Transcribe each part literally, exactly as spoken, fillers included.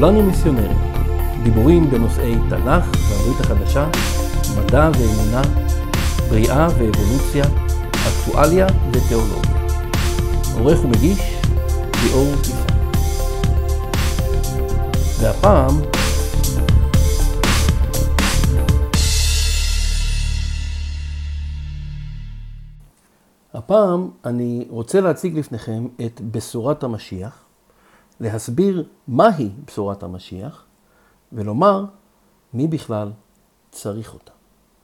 כולנו מיסיונרים, דיבורים בנושאי תנ"ך והברית החדשה, מדע ואמונה, בריאה ואבולוציה, אקטואליה ותיאולוגיה. עורך ומגיש, ליאור יפרח. והפעם, הפעם אני רוצה להציג לפניכם את בשורת המשיח, להסביר מהי בשורת המשיח, ולומר מי בכלל צריך אותה.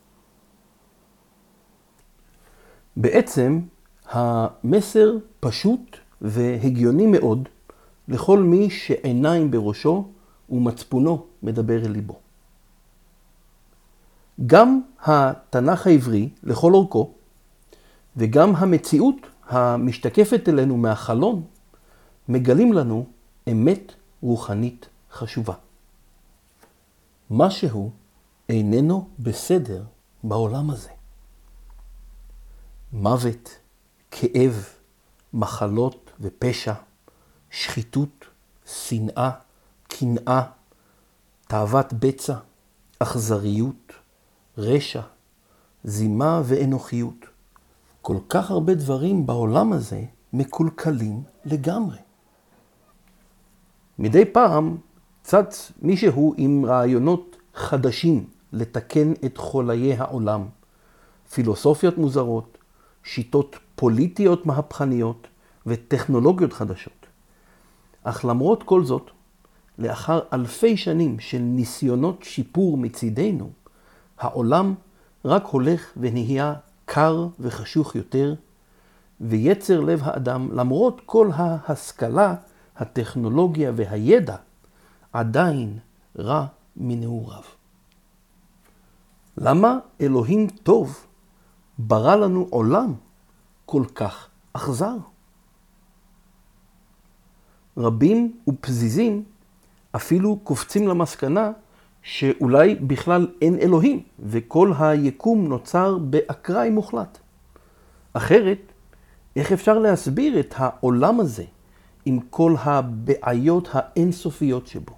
בעצם המסר פשוט והגיוני מאוד לכל מי שעיניים בראשו ומצפונו מדבר אל ליבו. גם התנ"ך העברי לכל אורכו, וגם המציאות המשתקפת אלינו מהחלון, מגלים לנו אמת רוחנית חשובה. משהו איננו בסדר בעולם הזה. מוות, כאב, מחלות ופשע, שחיתות, שנאה, קנאה, תאוות בצע, אכזריות, רשע, זימה ואנוכיות. כל כך הרבה דברים בעולם הזה מקולקלים לגמרי. מדי פעם צץ מישהו עם רעיונות חדשים לתקן את חוליי העולם, פילוסופיות מוזרות, שיטות פוליטיות מהפכניות וטכנולוגיות חדשות. אך למרות כל זאת, לאחר אלפי שנים של ניסיונות שיפור מצידנו, העולם רק הולך ונהיה קר וחשוך יותר, ויצר לב האדם, למרות כל ההשכלה, הטכנולוגיה והידע, עדיין רע מנעוריו. למה אלוהים טוב ברא לנו עולם כל כך אכזר? רבים ופזיזים אפילו קופצים למסקנה שאולי בכלל אין אלוהים, וכל היקום נוצר באקראי מוחלט. אחרת, איך אפשר להסביר את העולם הזה עם כל הבעיות האינסופיות שבו?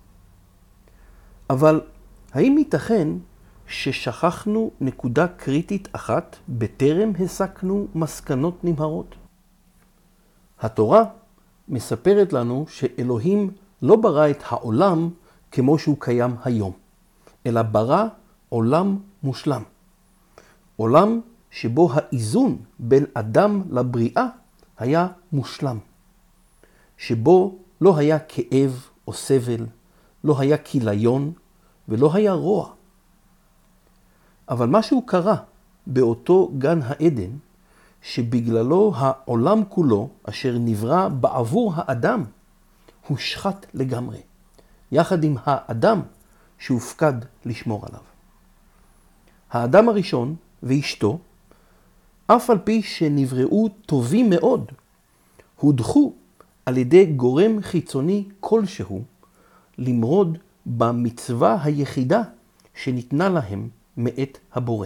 אבל האם ייתכן ששכחנו נקודה קריטית אחת בטרם הסקנו מסקנות נמהרות? התורה מספרת לנו שאלוהים לא ברא את העולם כמו שהוא קיים היום, אלא ברא עולם מושלם. עולם שבו האיזון בין אדם לבריאה היה מושלם. שבו לא היה כאב או סבל, לא היה כיליון ולא היה רוע. אבל משהו קרה באותו גן העדן, שבגללו העולם כולו, אשר נברא בעבור האדם, הושחת לגמרי, יחד עם האדם שהופקד לשמור עליו. האדם הראשון ואשתו, אף על פי שנבראו טובים מאוד, הודחו על ידי גורם חיצוני כלשהו, למרוד במצווה היחידה שניתנה להם מאת הבורא.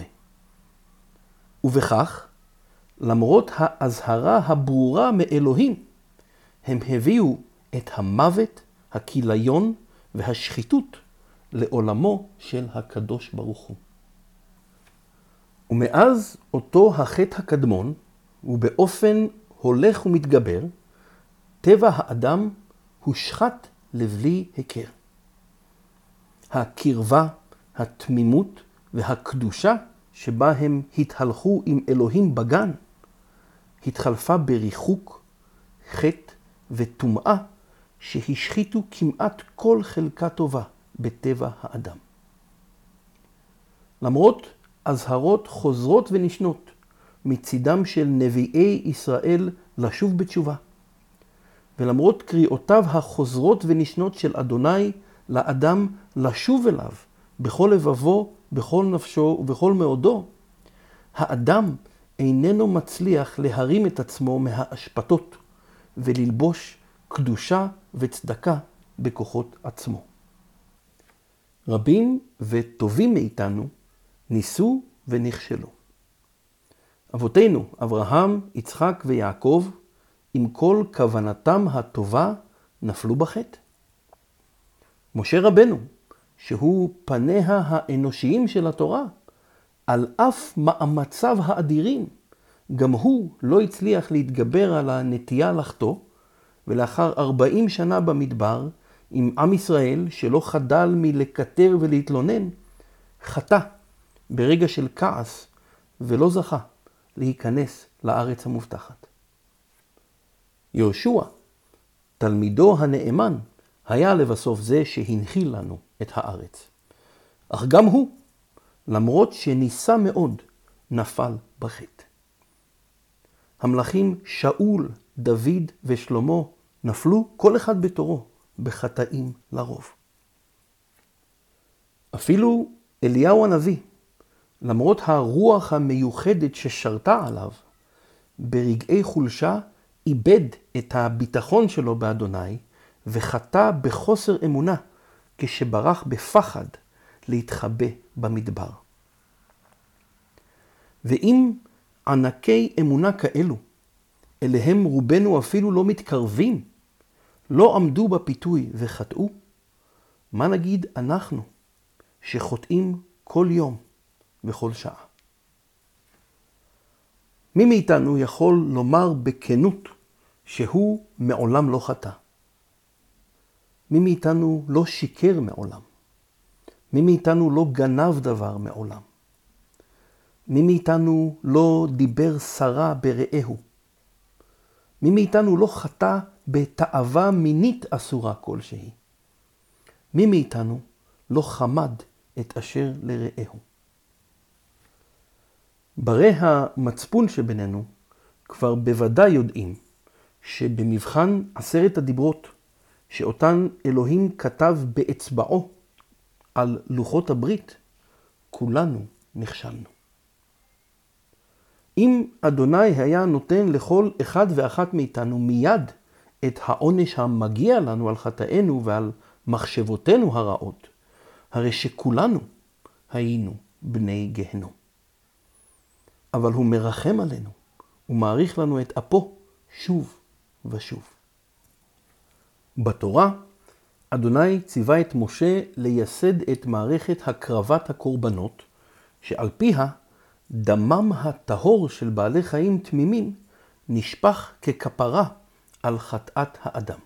ובכך, למרות ההזהרה הברורה מאלוהים, הם הביאו את המוות, הכיליון והשחיתות לעולמו של הקדוש ברוך הוא. ומאז אותו החטא הקדמון, ובאופן הולך ומתגבר, טבע האדם הושחת לבלי הכר. הקרבה, התמימות והקדושה שבה הם התהלכו עם אלוהים בגן, התחלפה בריחוק, חטא וטומאה שהשחיתו כמעט כל חלקה טובה בטבע האדם. למרות אזהרות חוזרות ונשנות מצידם של נביאי ישראל לשוב בתשובה, ולמרות קריאותיו החוזרות ונשנות של אדוני לאדם לשוב אליו בכל לבבו, בכל נפשו ובכל מאודו, האדם איננו מצליח להרים את עצמו מהאשפתות וללבוש קדושה וצדקה בכוחות עצמו. רבים וטובים מאיתנו ניסו ונכשלו. אבותינו, אברהם, יצחק ויעקב, עם כל כוונתם הטובה, נפלו בחטא. משה רבנו, שהוא פניה האנושיים של התורה, על אף מאמציו האדירים, גם הוא לא הצליח להתגבר על הנטייה לחטוא, ולאחר ארבעים שנה במדבר, עם עם ישראל שלא חדל מלקטר ולהתלונן, חטא ברגע של כעס ולא זכה להיכנס לארץ המובטחת. יהושע, תלמידו הנאמן, היה לבסוף זה שהנחיל לנו את הארץ. אך גם הוא, למרות שניסה מאוד, נפל בחטא. המלכים שאול, דוד ושלמה נפלו כל אחד בתורו בחטאים לרוב. אפילו אליהו הנביא, למרות הרוח המיוחדת ששרתה עליו, ברגעי חולשה איבד את הביטחון שלו באדוני וחטא בחוסר אמונה כשברח בפחד להתחבא במדבר. ואם ענקי אמונה כאלו, אליהם רובנו אפילו לא מתקרבים, לא עמדו בפיתוי וחטאו, מה נגיד אנחנו שחוטאים כל יום בכל שעה? מי מאיתנו יכול לומר בכנות שהוא מעולם לא חטא? מי מאיתנו לא שיקר מעולם? מי מאיתנו לא גנב דבר מעולם? מי מאיתנו לא דיבר סרה ברעהו? מי מאיתנו לא חטא בתאווה מינית אסורה כלשהי? מי מאיתנו לא חמד את אשר לרעהו? ברי המצפון שבינינו כבר בוודאי יודעים שבמבחן עשרת הדיברות שאותן אלוהים כתב באצבעו על לוחות הברית, כולנו נכשלנו. אם אדוני היה נותן לכל אחד ואחת מאיתנו מיד את העונש המגיע לנו על חטאינו ועל מחשבותינו הרעות, הרי שכולנו היינו בני גהנום. אבל הוא מרחם עלינו ומאריך לנו את אפו שוב ושוב. בתורה, אדוני ציווה את משה לייסד את מערכת הקרבת הקורבנות, שעל פיה דמם הטהור של בעלי חיים תמימים נשפך ככפרה על חטאת האדם.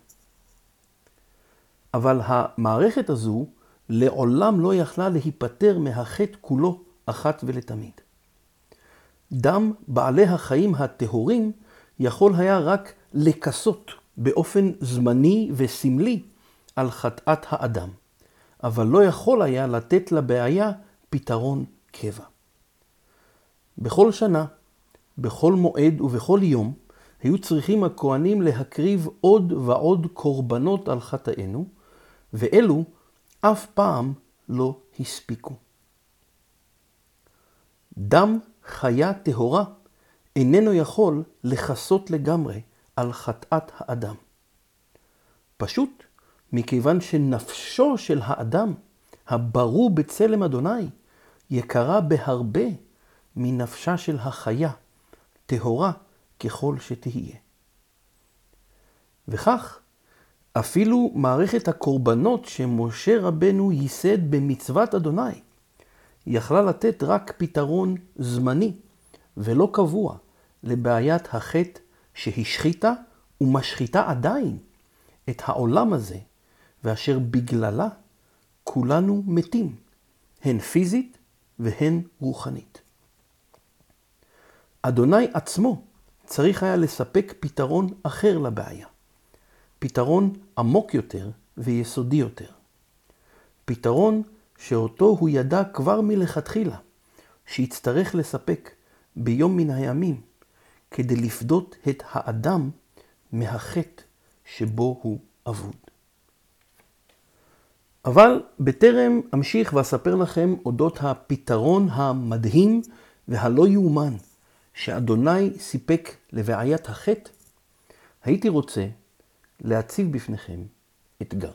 אבל המערכת הזו לעולם לא יכלה להיפטר מהחטא כולו אחת ולתמיד. דם בעלי החיים הטהורים יכול היה רק לכסות באופן זמני וסמלי על חטאת האדם, אבל לא יכול היה לתת לבעיה פתרון קבע. בכל שנה, בכל מועד ובכל יום, היו צריכים הכהנים להקריב עוד ועוד קורבנות על חטאינו, ואלו אף פעם לא הספיקו. דם חיה טהורה איננו יכול לכסות לגמרי על חטאת האדם. פשוט מכיוון שנפשו של האדם, הברור בצלם אדוני, יקרה בהרבה מנפשה של החיה, טהורה ככל שתהיה. וכך, אפילו מערכת הקורבנות שמשה רבנו ייסד במצוות אדוני, יכלה לתת רק פתרון זמני ולא קבוע לבעיית החטא שהשחיתה ומשחיתה עדיין את העולם הזה, ואשר בגללה כולנו מתים, הן פיזית והן רוחנית. אדוני עצמו צריך היה לספק פתרון אחר לבעיה. פתרון עמוק יותר ויסודי יותר. פתרון שאותו הוא ידע כבר מלכתחילה, שיצטרך לספק ביום מן הימים, כדי לפדות את האדם מהחטא שבו הוא אבוד. אבל בטרם אמשיך ואספר לכם אודות הפתרון המדהים והלא יאומן שאדוני סיפק לבעיית החטא, הייתי רוצה להציב בפניכם אתגר.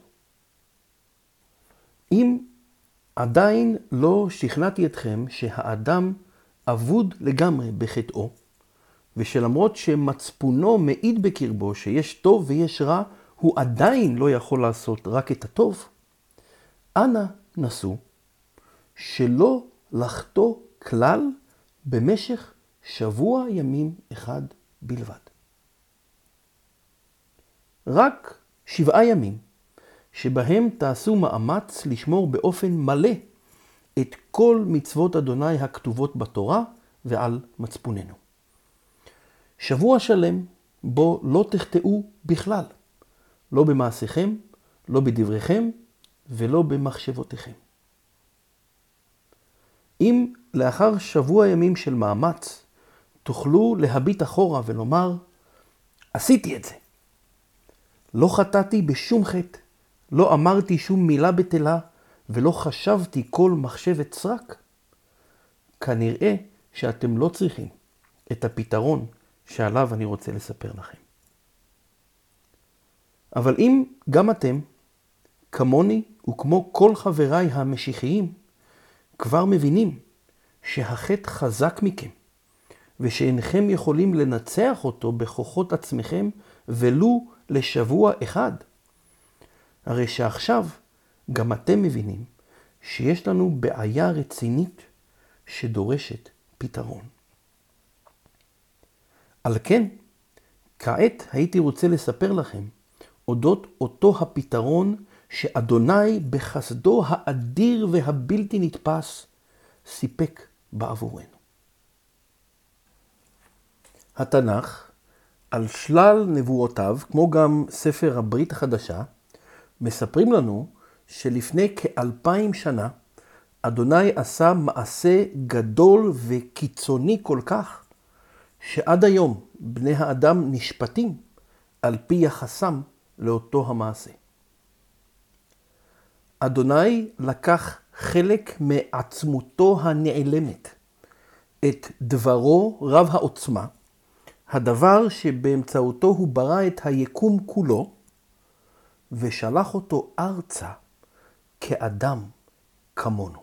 אם עדיין לא שכנעתי אתכם שהאדם אבוד לגמרי בחטאו, ושלמרות שמצפונו מעיד בקרבו שיש טוב ויש רע, הוא עדיין לא יכול לעשות רק את הטוב, אנא נסו שלא לחטוא כלל במשך שבוע ימים אחד בלבד. רק שבעה ימים שבהם תעשו מאמץ לשמור באופן מלא את כל מצוות אדוני הכתובות בתורה ועל מצפוננו. שבוע שלם בו לא תחטאו בכלל, לא במעשיכם, לא בדבריכם ולא במחשבותיכם. אם לאחר שבוע ימים של מאמץ תוכלו להביט אחורה ולומר, עשיתי את זה. לא חטאתי בשום חטא, לא אמרתי שום מילה בטלה ולא חשבתי כל מחשבת סרק. כנראה שאתם לא צריכים את הפתרון שעליו אני רוצה לספר לכם. אבל אם גם אתם, כמוני וכמו כל חבריי המשיחיים, כבר מבינים שהחטא חזק מכם, ושאינכם יכולים לנצח אותו בכוחות עצמכם ולו לשבוע אחד, הרי שעכשיו גם אתם מבינים שיש לנו בעיה רצינית שדורשת פתרון. על כן, כעת הייתי רוצה לספר לכם אודות אותו הפתרון שאדוני בחסדו האדיר והבלתי נתפס סיפק בעבורנו. התנ"ך על שלל נבואותיו, כמו גם ספר הברית החדשה, מספרים לנו שלפני כאלפיים שנה אדוני עשה מעשה גדול וקיצוני כל כך, שעד היום בני האדם נשפטים על פי יחסם לאותו המעשה. אדוני לקח חלק מעצמותו הנעלמת, את דברו רב העוצמה, הדבר שבאמצעותו הוא ברא את היקום כולו, ושלח אותו ארצה כאדם כמונו.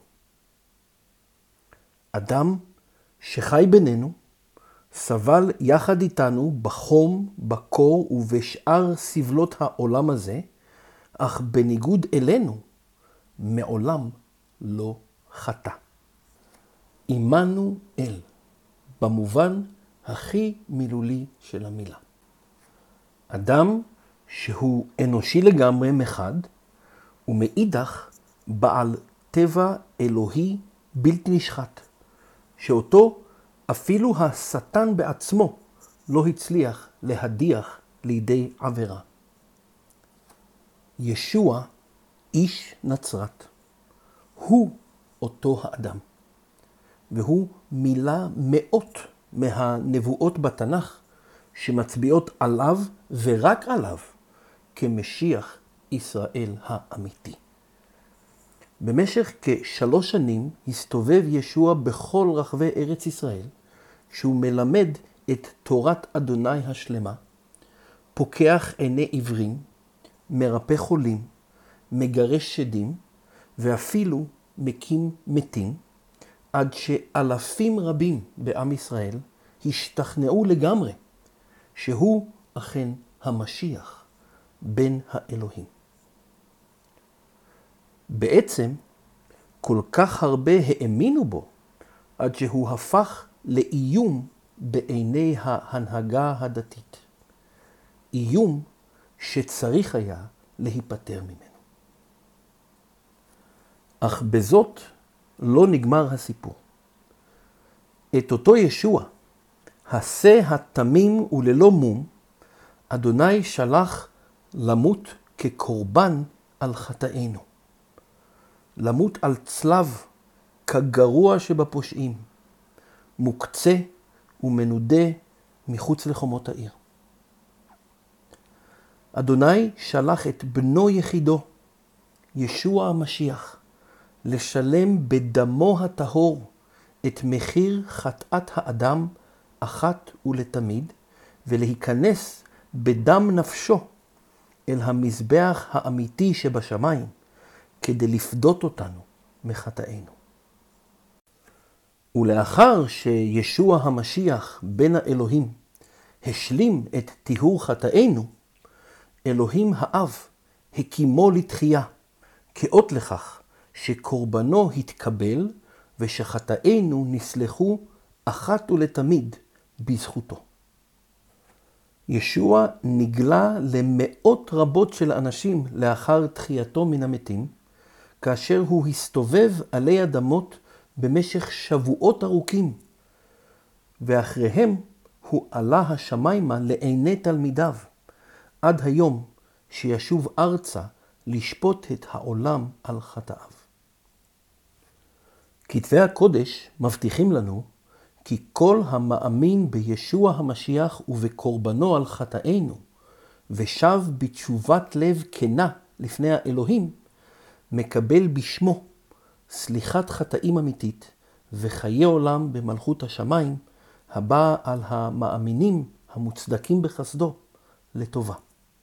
אדם שחי בינינו, סבל יחד איתנו בחום, בקור ובשאר סבלות העולם הזה, אך בניגוד אלינו, מעולם לא חטא. עמנו אל, במובן הכי מילולי של המילה. אדם שהוא אנושי לגמרי מחד, ומאידך בעל טבע אלוהי בלתי נשחט, שאותו אפילו השטן בעצמו לא הצליח להדיח לידי עבירה. ישוע, איש נצרת, הוא אותו האדם, והוא מילא מאות מהנבואות בתנ"ך שמצביעות עליו ורק עליו כמשיח ישראל האמיתי. במשך כשלוש שנים הסתובב ישוע בכל רחבי ארץ ישראל, שהוא מלמד את תורת אדוני השלמה, פוקח עיני עיוורים, מרפא חולים, מגרש שדים, ואפילו מקים מתים, עד שאלפים רבים בעם ישראל השתכנעו לגמרי שהוא אכן המשיח בן האלוהים. בעצם כל כך הרבה האמינו בו, עד שהוא הפך לאיום בעיני ההנהגה הדתית. איום שצריך היה להיפטר ממנו. אך בזאת לא נגמר הסיפור. את אותו ישוע, הסה התמים וללא מום, אדוני שלח למות כקורבן על חטאינו. למות על צלב כגרוע שבפושעים, מוקצה ומנודה מחוץ לחומות העיר. אדוני שלח את בנו יחידו, ישוע המשיח, לשלם בדמו הטהור את מחיר חטאת האדם אחת ולתמיד, ולהיכנס בדם נפשו אל המזבח האמיתי שבשמיים, כדי לפדות אותנו מחטאינו. ולאחר שישוע המשיח בן האלוהים השלים את טיהור חטאינו, אלוהים האב הקימו לתחייה, כאות לכך שקורבנו התקבל ושחטאינו נסלחו אחת ולתמיד בזכותו. ישוע נגלה למאות רבות של אנשים לאחר תחייתו מן המתים, כאשר הוא הסתובב עלי אדמות במשך שבועות ארוכים, ואחריהם הוא עלה השמיימה לעיני תלמידיו, עד היום שישוב ארצה לשפוט את העולם על חטאיו. כתבי הקודש מבטיחים לנו כי כל המאמין בישוע המשיח ובקורבנו על חטאינו, ושב בתשובת לב כנה לפני האלוהים, מקבל בשמו סליחת חטאים אמיתית וחיי עולם במלכות השמיים, הבאה על המאמינים המוצדקים בחסדו לטובה.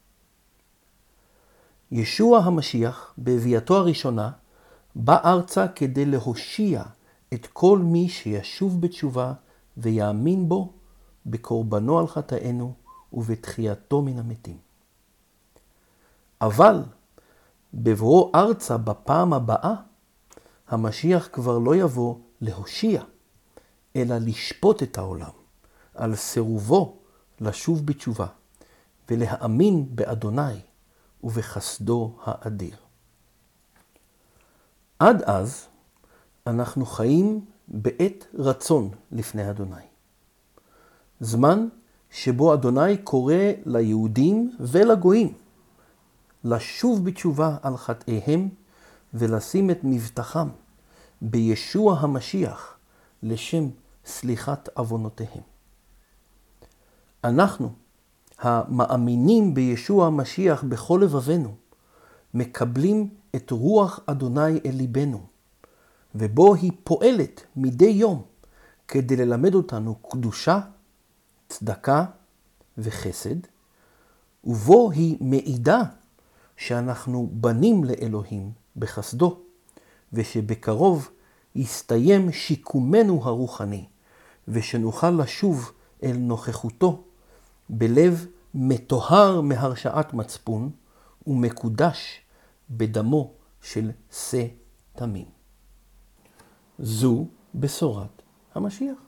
ישוע המשיח בהביאתו הראשונה בא ארצה כדי להושיע את כל מי שישוב בתשובה ויאמין בו בקורבנו על חטאינו ובתחייתו מן המתים. אבל בבואו ארצה בפעם הבאה, המשיח כבר לא יבוא להושיע, אלא לשפוט את העולם על סירובו לשוב בתשובה ולהאמין באדוני ובחסדו האדיר. עד אז אנחנו חיים בעת רצון לפני אדוני. זמן שבו אדוני קורא ליהודים ולגויים לשוב בתשובה על חטאיהם ולשים את מבטחם בישוע המשיח לשם סליחת עוונותיהם. אנחנו, המאמינים בישוע המשיח בכל לבבנו, מקבלים את רוח אדוני אל ליבנו, ובו היא פועלת מדי יום כדי ללמד אותנו קדושה, צדקה וחסד, ובו היא מעידה שאנחנו בנים לאלוהים בחסדו, ושבקרוב יסתיים שיקומנו הרוחני, ושנוכל לשוב אל נוכחותו בלב מטוהר מהרשעת מצפון ומקודש בדמו של שא תמים. זו בשורת המשיח.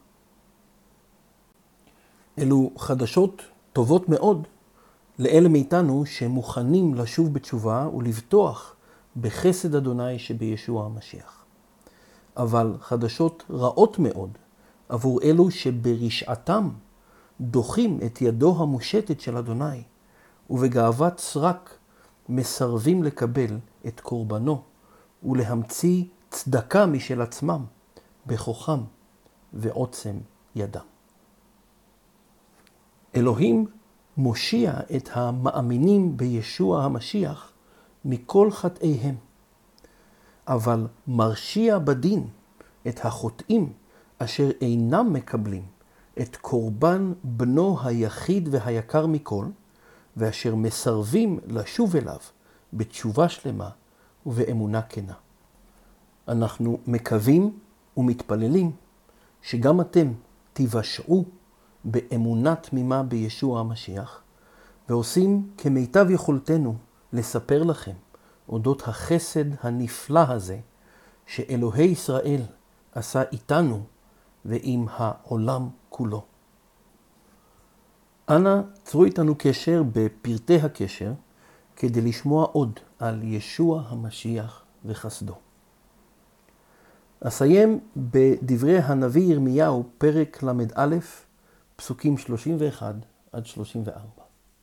אלו חדשות טובות מאוד לאלה מאיתנו שמוכנים לשוב בתשובה ולבטוח בחסד אדוני שבישוע המשיח. אבל חדשות רעות מאוד עבור אלו שברשעתם דוחים את ידו המושטת של אדוני, ובגאוות סרק מסרבים לקבל את קורבנו ולהמציא צדקה משל עצמם בכוחם ועוצם ידם. אלוהים מושיע את המאמינים בישוע המשיח מכל חטאיהם, אבל מרשיע בדין את החוטאים אשר אינם מקבלים את קורבן בנו היחיד והיקר מכל, ואשר מסרבים לשוב אליו בתשובה שלמה ובאמונה כנה. אנחנו מקווים ומתפללים שגם אתם תיוושעו באמונה תמימה בישוע המשיח, ועושים כמיטב יכולתנו לספר לכם אודות החסד הנפלא הזה שאלוהי ישראל עשה איתנו ועם העולם כולו. אנא צרו איתנו קשר בפרטי הקשר כדי לשמוע עוד על ישוע המשיח וחסדו. אסיים בדברי הנביא ירמיהו פרק למ"א פסוקים שלושים ואחת עד שלושים וארבע.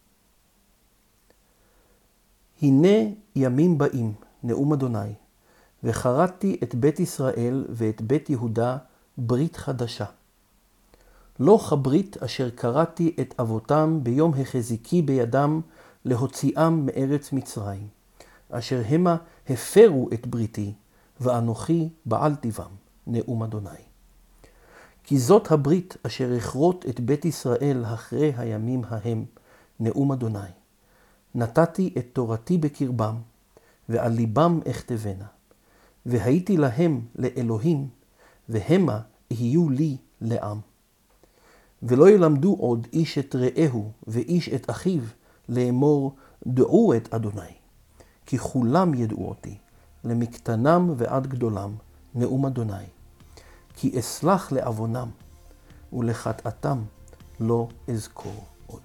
הנה ימים באים, נאום אדוני, וחרדתי את בית ישראל ואת בית יהודה ברית חדשה. לא כברית אשר קראתי את אבותם ביום החזיקי בידם להוציאם מארץ מצרים, אשר המה הפרו את בריתי, ואנוכי בעלתי בם, נאום אדוני. כי זאת הברית אשר אכרות את בית ישראל אחרי הימים ההם, נאום אדוני. נתתי את תורתי בקרבם, ועל ליבם אכתבנה. והייתי להם לאלוהים, והמה יהיו לי לעם. ולא ילמדו עוד איש את רעהו ואיש את אחיו, לאמור דעו את אדוני. כי כולם ידעו אותי, למקטנם ועד גדולם, נאום אדוני. כי אסלח לעוונם, ולחטאתם לא אזכור עוד.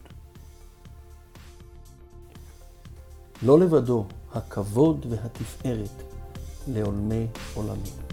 לא לבדו הכבוד והתפארת לעולמי עולמים.